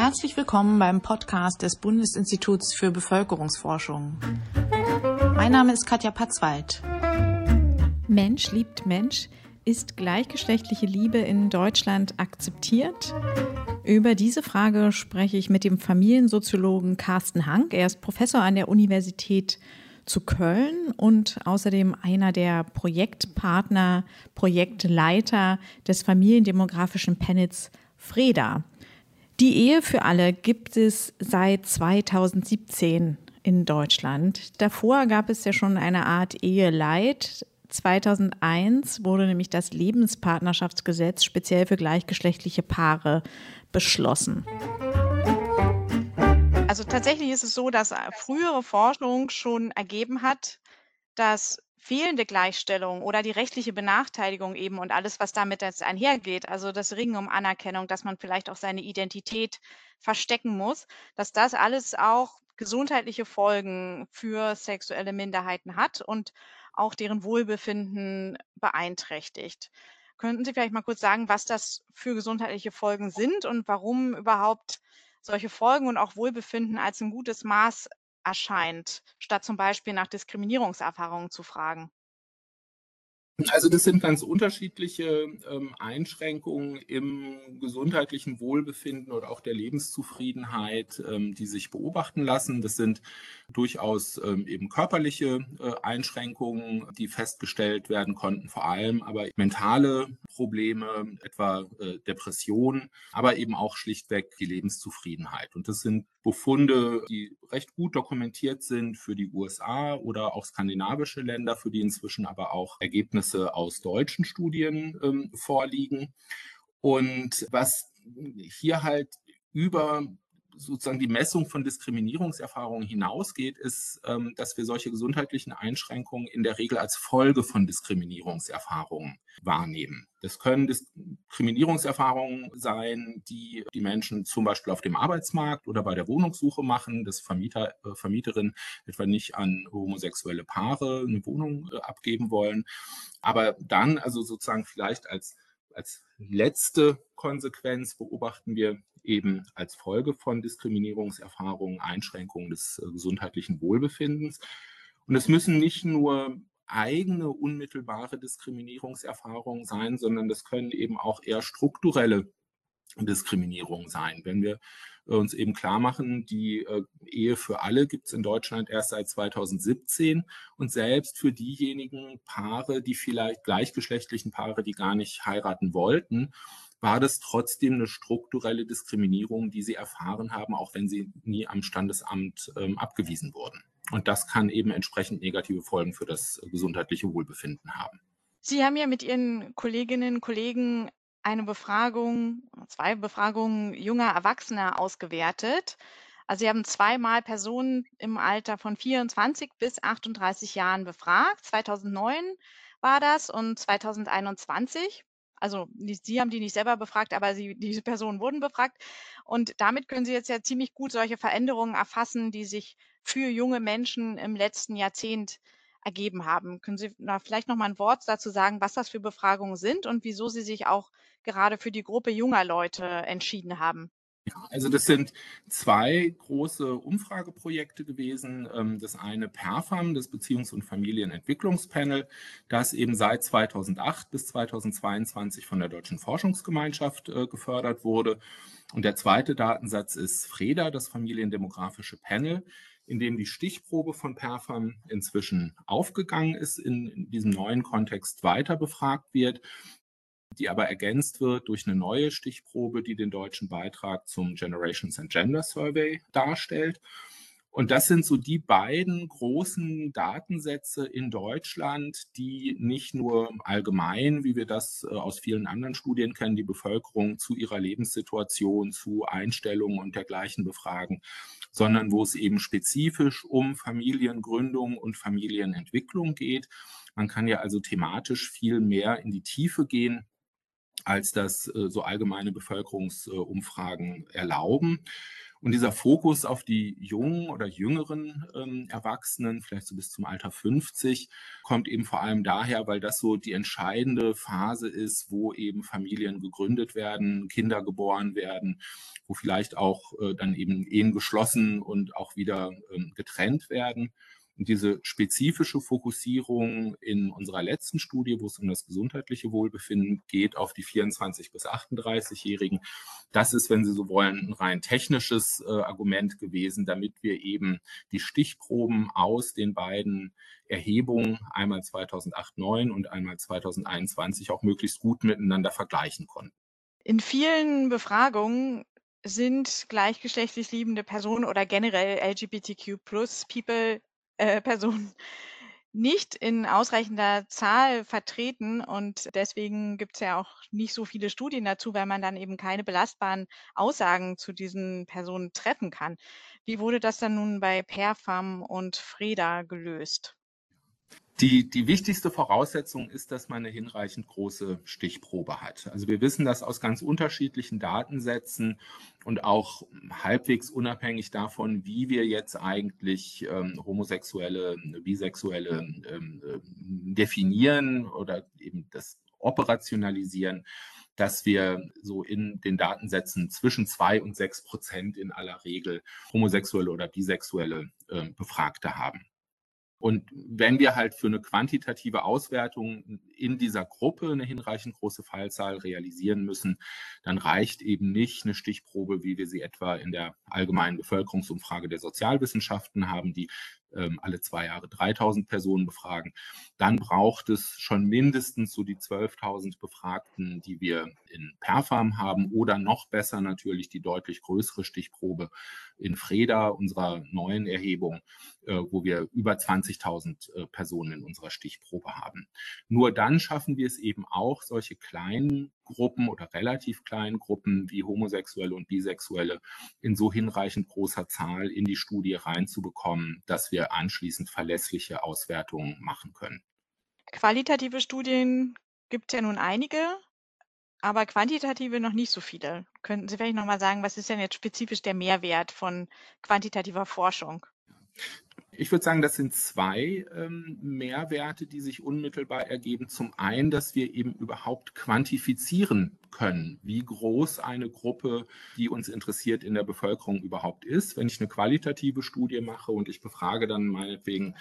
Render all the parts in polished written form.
Herzlich willkommen beim Podcast des Bundesinstituts für Bevölkerungsforschung. Mein Name ist Katja Patzwald. Mensch liebt Mensch. Ist gleichgeschlechtliche Liebe in Deutschland akzeptiert? Über diese Frage spreche ich mit dem Familiensoziologen Carsten Hank. Er ist Professor an der Universität zu Köln und außerdem einer der Projektpartner, Projektleiter des familiendemografischen Panels FREDA. Die Ehe für alle gibt es seit 2017 in Deutschland. Davor gab es ja schon eine Art Eheleid. 2001 wurde nämlich das Lebenspartnerschaftsgesetz speziell für gleichgeschlechtliche Paare beschlossen. Also tatsächlich ist es so, dass frühere Forschung schon ergeben hat, dass fehlende Gleichstellung oder die rechtliche Benachteiligung eben und alles, was damit jetzt einhergeht, also das Ringen um Anerkennung, dass man vielleicht auch seine Identität verstecken muss, dass das alles auch gesundheitliche Folgen für sexuelle Minderheiten hat und auch deren Wohlbefinden beeinträchtigt. Könnten Sie vielleicht mal kurz sagen, was das für gesundheitliche Folgen sind und warum überhaupt solche Folgen und auch Wohlbefinden als ein gutes Maß erscheint, statt zum Beispiel nach Diskriminierungserfahrungen zu fragen? Also das sind ganz unterschiedliche Einschränkungen im gesundheitlichen Wohlbefinden oder auch der Lebenszufriedenheit, die sich beobachten lassen. Das sind durchaus eben körperliche Einschränkungen, die festgestellt werden konnten, vor allem aber mentale Probleme, etwa Depressionen, aber eben auch schlichtweg die Lebenszufriedenheit. Und das sind Befunde, die recht gut dokumentiert sind für die USA oder auch skandinavische Länder, für die inzwischen aber auch Ergebnisse aus deutschen Studien vorliegen. Und was hier halt über sozusagen die Messung von Diskriminierungserfahrungen hinausgeht, ist, dass wir solche gesundheitlichen Einschränkungen in der Regel als Folge von Diskriminierungserfahrungen wahrnehmen. Das können Diskriminierungserfahrungen sein, die die Menschen zum Beispiel auf dem Arbeitsmarkt oder bei der Wohnungssuche machen, dass Vermieter, Vermieterinnen etwa nicht an homosexuelle Paare eine Wohnung abgeben wollen. Aber dann also sozusagen vielleicht als letzte Konsequenz beobachten wir eben als Folge von Diskriminierungserfahrungen Einschränkungen des gesundheitlichen Wohlbefindens. Und es müssen nicht nur eigene unmittelbare Diskriminierungserfahrungen sein, sondern das können eben auch eher strukturelle Diskriminierung sein. Wenn wir uns eben klar machen, die Ehe für alle gibt es in Deutschland erst seit 2017 und selbst für diejenigen Paare, die vielleicht gleichgeschlechtlichen Paare, die gar nicht heiraten wollten, war das trotzdem eine strukturelle Diskriminierung, die sie erfahren haben, auch wenn sie nie am Standesamt abgewiesen wurden. Und das kann eben entsprechend negative Folgen für das gesundheitliche Wohlbefinden haben. Sie haben ja mit Ihren Kolleginnen und Kollegen eine Befragung, 2 Befragungen junger Erwachsener ausgewertet. Also Sie haben zweimal Personen im Alter von 24 bis 38 Jahren befragt. 2009 war das und 2021. Also Sie haben die nicht selber befragt, aber diese Personen wurden befragt. Und damit können Sie jetzt ja ziemlich gut solche Veränderungen erfassen, die sich für junge Menschen im letzten Jahrzehnt ergeben haben. Können Sie da vielleicht noch mal ein Wort dazu sagen, was das für Befragungen sind und wieso Sie sich auch gerade für die Gruppe junger Leute entschieden haben? Ja, also das sind 2 große Umfrageprojekte gewesen. Das eine PERFAM, das Beziehungs- und Familienentwicklungspanel, das eben seit 2008 bis 2022 von der Deutschen Forschungsgemeinschaft gefördert wurde. Und der zweite Datensatz ist FREDA, das familiendemografische Panel, in dem die Stichprobe von PERFAM inzwischen aufgegangen ist, in diesem neuen Kontext weiter befragt wird, die aber ergänzt wird durch eine neue Stichprobe, die den deutschen Beitrag zum Generations and Gender Survey darstellt. Und das sind so die beiden großen Datensätze in Deutschland, die nicht nur allgemein, wie wir das aus vielen anderen Studien kennen, die Bevölkerung zu ihrer Lebenssituation, zu Einstellungen und dergleichen befragen, sondern wo es eben spezifisch um Familiengründung und Familienentwicklung geht. Man kann ja also thematisch viel mehr in die Tiefe gehen, als das so allgemeine Bevölkerungsumfragen erlauben. Und dieser Fokus auf die jungen oder jüngeren Erwachsenen, vielleicht so bis zum Alter 50, kommt eben vor allem daher, weil das so die entscheidende Phase ist, wo eben Familien gegründet werden, Kinder geboren werden, wo vielleicht auch dann eben Ehen geschlossen und auch wieder getrennt werden. Und diese spezifische Fokussierung in unserer letzten Studie, wo es um das gesundheitliche Wohlbefinden geht, auf die 24- bis 38-Jährigen, das ist, wenn Sie so wollen, ein rein technisches Argument gewesen, damit wir eben die Stichproben aus den beiden Erhebungen, einmal 2008/9 und einmal 2021, auch möglichst gut miteinander vergleichen konnten. In vielen Befragungen sind gleichgeschlechtlich liebende Personen oder generell LGBTQ+ Personen nicht in ausreichender Zahl vertreten und deswegen gibt es ja auch nicht so viele Studien dazu, weil man dann eben keine belastbaren Aussagen zu diesen Personen treffen kann. Wie wurde das dann nun bei Perfam und Freda gelöst? Die wichtigste Voraussetzung ist, dass man eine hinreichend große Stichprobe hat. Also wir wissen das aus ganz unterschiedlichen Datensätzen und auch halbwegs unabhängig davon, wie wir jetzt eigentlich Homosexuelle, Bisexuelle definieren oder eben das operationalisieren, dass wir so in den Datensätzen zwischen 2 und 6% in aller Regel homosexuelle oder bisexuelle Befragte haben. Und wenn wir halt für eine quantitative Auswertung in dieser Gruppe eine hinreichend große Fallzahl realisieren müssen, dann reicht eben nicht eine Stichprobe, wie wir sie etwa in der allgemeinen Bevölkerungsumfrage der Sozialwissenschaften haben, die alle 2 Jahre 3.000 Personen befragen. Dann braucht es schon mindestens so die 12.000 Befragten, die wir in Perfam haben, oder noch besser natürlich die deutlich größere Stichprobe in Freda, unserer neuen Erhebung, wo wir über 20.000 Personen in unserer Stichprobe haben. Nur dann schaffen wir es eben auch, solche kleinen Gruppen oder relativ kleinen Gruppen wie Homosexuelle und Bisexuelle in so hinreichend großer Zahl in die Studie reinzubekommen, dass wir anschließend verlässliche Auswertungen machen können. Qualitative Studien gibt es ja nun einige, aber quantitative noch nicht so viele. Könnten Sie vielleicht noch mal sagen, was ist denn jetzt spezifisch der Mehrwert von quantitativer Forschung? Ich würde sagen, das sind 2 Mehrwerte, die sich unmittelbar ergeben. Zum einen, dass wir eben überhaupt quantifizieren können, wie groß eine Gruppe, die uns interessiert, in der Bevölkerung überhaupt ist. Wenn ich eine qualitative Studie mache und ich befrage dann meinetwegen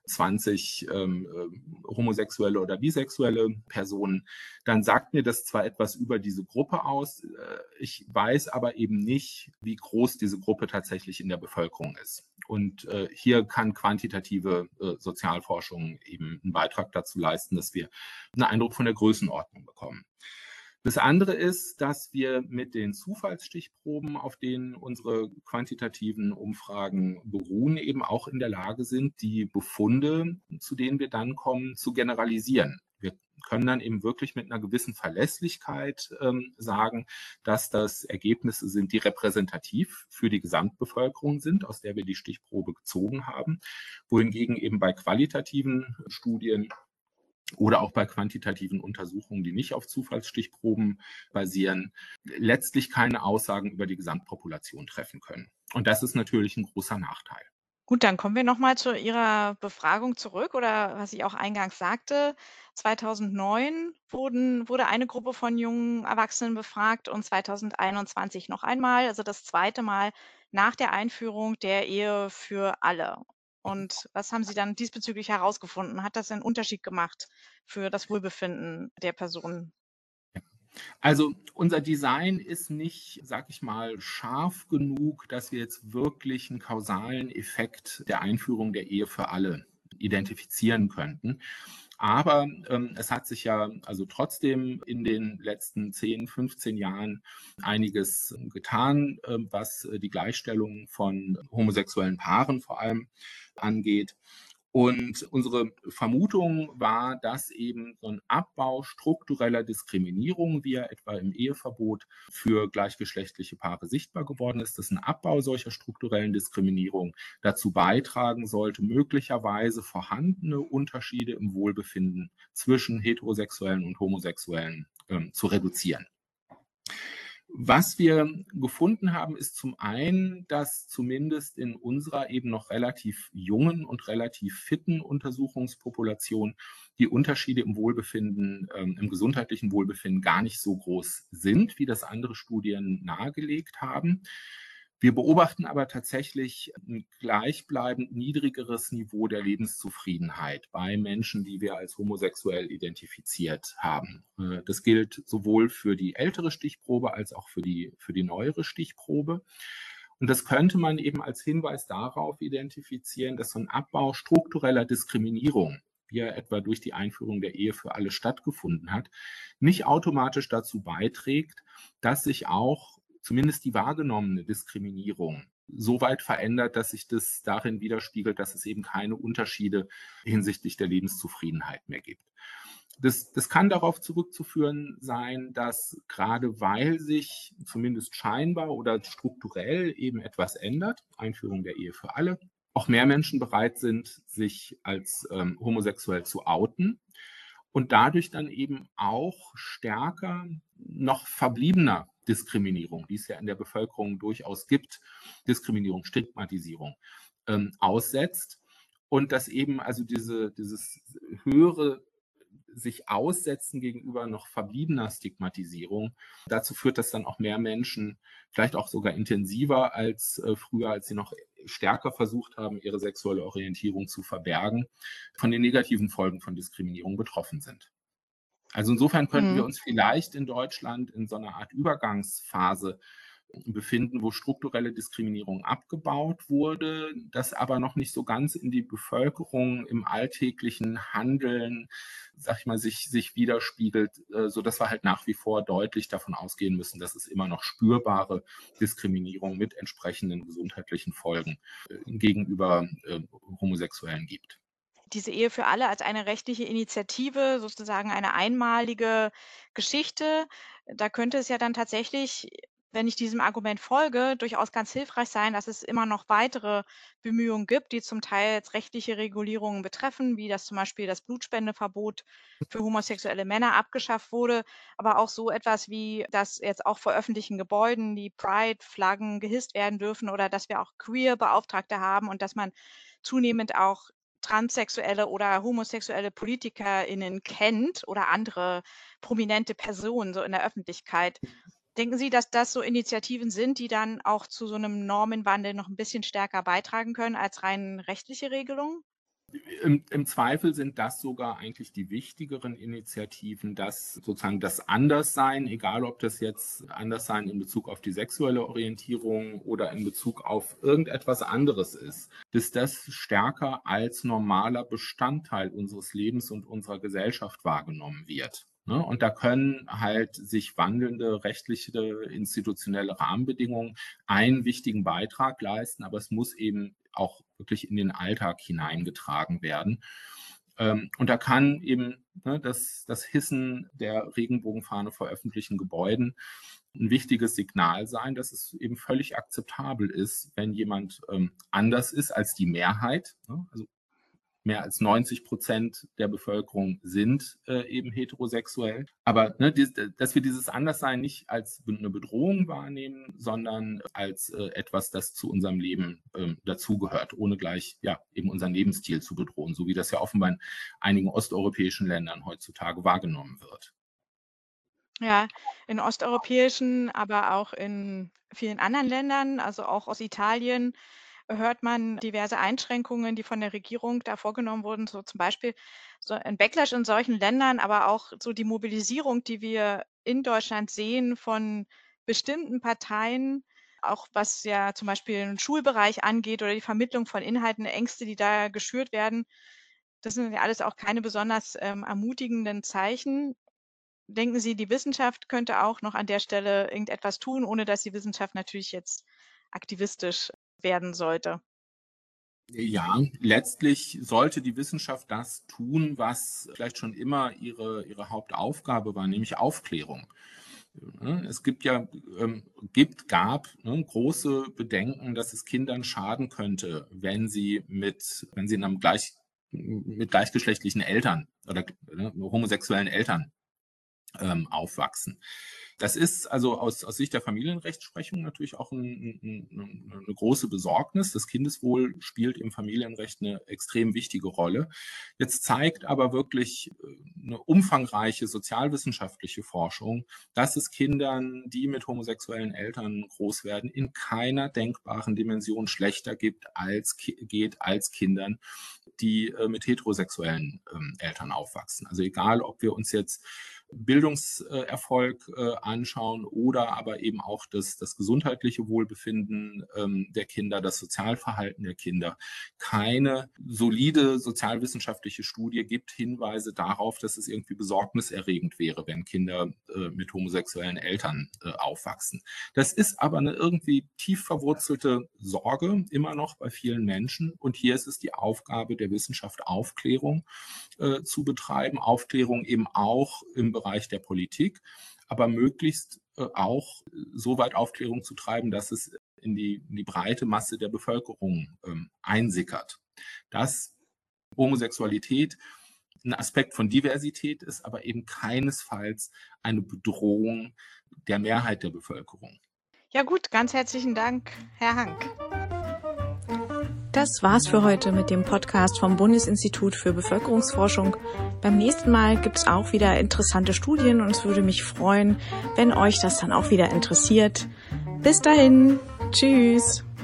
20 homosexuelle oder bisexuelle Personen, dann sagt mir das zwar etwas über diese Gruppe aus, ich weiß aber eben nicht, wie groß diese Gruppe tatsächlich in der Bevölkerung ist. Und hier kann quantitative Sozialforschung eben einen Beitrag dazu leisten, dass wir einen Eindruck von der Größenordnung bekommen. Das andere ist, dass wir mit den Zufallsstichproben, auf denen unsere quantitativen Umfragen beruhen, eben auch in der Lage sind, die Befunde, zu denen wir dann kommen, zu generalisieren. Wir können dann eben wirklich mit einer gewissen Verlässlichkeit sagen, dass das Ergebnisse sind, die repräsentativ für die Gesamtbevölkerung sind, aus der wir die Stichprobe gezogen haben, wohingegen eben bei qualitativen Studien oder auch bei quantitativen Untersuchungen, die nicht auf Zufallsstichproben basieren, letztlich keine Aussagen über die Gesamtpopulation treffen können. Und das ist natürlich ein großer Nachteil. Gut, dann kommen wir noch mal zu Ihrer Befragung zurück oder was ich auch eingangs sagte. 2009 wurde eine Gruppe von jungen Erwachsenen befragt und 2021 noch einmal, also das zweite Mal nach der Einführung der Ehe für alle. Und was haben Sie dann diesbezüglich herausgefunden? Hat das einen Unterschied gemacht für das Wohlbefinden der Personen? Also unser Design ist nicht, sag ich mal, scharf genug, dass wir jetzt wirklich einen kausalen Effekt der Einführung der Ehe für alle identifizieren könnten. Aber es hat sich ja also trotzdem in den letzten 10, 15 Jahren einiges getan, was die Gleichstellung von homosexuellen Paaren vor allem angeht. Und unsere Vermutung war, dass eben so ein Abbau struktureller Diskriminierung, wie er etwa im Eheverbot für gleichgeschlechtliche Paare sichtbar geworden ist, dass ein Abbau solcher strukturellen Diskriminierung dazu beitragen sollte, möglicherweise vorhandene Unterschiede im Wohlbefinden zwischen Heterosexuellen und Homosexuellen zu reduzieren. Was wir gefunden haben, ist zum einen, dass zumindest in unserer eben noch relativ jungen und relativ fitten Untersuchungspopulation die Unterschiede im Wohlbefinden, im gesundheitlichen Wohlbefinden gar nicht so groß sind, wie das andere Studien nahegelegt haben. Wir beobachten aber tatsächlich ein gleichbleibend niedrigeres Niveau der Lebenszufriedenheit bei Menschen, die wir als homosexuell identifiziert haben. Das gilt sowohl für die ältere Stichprobe als auch für die neuere Stichprobe. Und das könnte man eben als Hinweis darauf identifizieren, dass so ein Abbau struktureller Diskriminierung, wie er etwa durch die Einführung der Ehe für alle stattgefunden hat, nicht automatisch dazu beiträgt, dass sich auch zumindest die wahrgenommene Diskriminierung so weit verändert, dass sich das darin widerspiegelt, dass es eben keine Unterschiede hinsichtlich der Lebenszufriedenheit mehr gibt. Das kann darauf zurückzuführen sein, dass gerade weil sich zumindest scheinbar oder strukturell eben etwas ändert, Einführung der Ehe für alle, auch mehr Menschen bereit sind, sich als homosexuell zu outen und dadurch dann eben auch stärker noch verbliebener Diskriminierung, die es ja in der Bevölkerung durchaus gibt, Diskriminierung, Stigmatisierung, aussetzt. Und dass eben also dieses höhere sich aussetzen gegenüber noch verbliebener Stigmatisierung dazu führt, dass dann auch mehr Menschen, vielleicht auch sogar intensiver als früher, als sie noch stärker versucht haben, ihre sexuelle Orientierung zu verbergen, von den negativen Folgen von Diskriminierung betroffen sind. Also insofern könnten wir uns vielleicht in Deutschland in so einer Art Übergangsphase befinden, wo strukturelle Diskriminierung abgebaut wurde, das aber noch nicht so ganz in die Bevölkerung im alltäglichen Handeln, sag ich mal, sich widerspiegelt, sodass wir halt nach wie vor deutlich davon ausgehen müssen, dass es immer noch spürbare Diskriminierung mit entsprechenden gesundheitlichen Folgen gegenüber Homosexuellen gibt. Diese Ehe für alle als eine rechtliche Initiative, sozusagen eine einmalige Geschichte. Da könnte es ja dann tatsächlich, wenn ich diesem Argument folge, durchaus ganz hilfreich sein, dass es immer noch weitere Bemühungen gibt, die zum Teil jetzt rechtliche Regulierungen betreffen, wie das zum Beispiel das Blutspendeverbot für homosexuelle Männer abgeschafft wurde, aber auch so etwas wie, dass jetzt auch vor öffentlichen Gebäuden die Pride-Flaggen gehisst werden dürfen oder dass wir auch Queer-Beauftragte haben und dass man zunehmend auch transsexuelle oder homosexuelle PolitikerInnen kennt oder andere prominente Personen so in der Öffentlichkeit. Denken Sie, dass das so Initiativen sind, die dann auch zu so einem Normenwandel noch ein bisschen stärker beitragen können als rein rechtliche Regelungen? Im Zweifel sind das sogar eigentlich die wichtigeren Initiativen, dass sozusagen das Anderssein, egal ob das jetzt Anderssein in Bezug auf die sexuelle Orientierung oder in Bezug auf irgendetwas anderes ist, dass das stärker als normaler Bestandteil unseres Lebens und unserer Gesellschaft wahrgenommen wird. Und da können halt sich wandelnde rechtliche, institutionelle Rahmenbedingungen einen wichtigen Beitrag leisten, aber es muss eben auch wirklich in den Alltag hineingetragen werden. Und da kann eben das Hissen der Regenbogenfahne vor öffentlichen Gebäuden ein wichtiges Signal sein, dass es eben völlig akzeptabel ist, wenn jemand anders ist als die Mehrheit. Also mehr als 90% der Bevölkerung sind eben heterosexuell. Aber dass wir dieses Anderssein nicht als eine Bedrohung wahrnehmen, sondern als etwas, das zu unserem Leben dazugehört, ohne gleich ja eben unseren Lebensstil zu bedrohen, so wie das ja offenbar in einigen osteuropäischen Ländern heutzutage wahrgenommen wird. Ja, in osteuropäischen, aber auch in vielen anderen Ländern, also auch aus Italien, hört man diverse Einschränkungen, die von der Regierung da vorgenommen wurden, so zum Beispiel so ein Backlash in solchen Ländern, aber auch so die Mobilisierung, die wir in Deutschland sehen von bestimmten Parteien, auch was ja zum Beispiel den Schulbereich angeht oder die Vermittlung von Inhalten, Ängste, die da geschürt werden. Das sind ja alles auch keine besonders ermutigenden Zeichen. Denken Sie, die Wissenschaft könnte auch noch an der Stelle irgendetwas tun, ohne dass die Wissenschaft natürlich jetzt aktivistisch werden sollte? Ja, letztlich sollte die Wissenschaft das tun, was vielleicht schon immer ihre Hauptaufgabe war, nämlich Aufklärung. Es gab große Bedenken, dass es Kindern schaden könnte, wenn sie in einem mit gleichgeschlechtlichen Eltern oder homosexuellen Eltern aufwachsen. Das ist also aus Sicht der Familienrechtsprechung natürlich auch eine große Besorgnis. Das Kindeswohl spielt im Familienrecht eine extrem wichtige Rolle. Jetzt zeigt aber wirklich eine umfangreiche sozialwissenschaftliche Forschung, dass es Kindern, die mit homosexuellen Eltern groß werden, in keiner denkbaren Dimension schlechter geht als Kindern, die mit heterosexuellen Eltern aufwachsen. Also egal, ob wir uns jetzt Bildungserfolg anschauen oder aber eben auch das gesundheitliche Wohlbefinden der Kinder, das Sozialverhalten der Kinder. Keine solide sozialwissenschaftliche Studie gibt Hinweise darauf, dass es irgendwie besorgniserregend wäre, wenn Kinder mit homosexuellen Eltern aufwachsen. Das ist aber eine irgendwie tief verwurzelte Sorge immer noch bei vielen Menschen. Und hier ist es die Aufgabe der Wissenschaft, Aufklärung zu betreiben. Aufklärung eben auch im Bereich der Politik, aber möglichst auch so weit Aufklärung zu treiben, dass es in die breite Masse der Bevölkerung einsickert. Dass Homosexualität ein Aspekt von Diversität ist, aber eben keinesfalls eine Bedrohung der Mehrheit der Bevölkerung. Ja gut, ganz herzlichen Dank, Herr Hank. Das war's für heute mit dem Podcast vom Bundesinstitut für Bevölkerungsforschung. Beim nächsten Mal gibt's auch wieder interessante Studien und es würde mich freuen, wenn euch das dann auch wieder interessiert. Bis dahin, tschüss!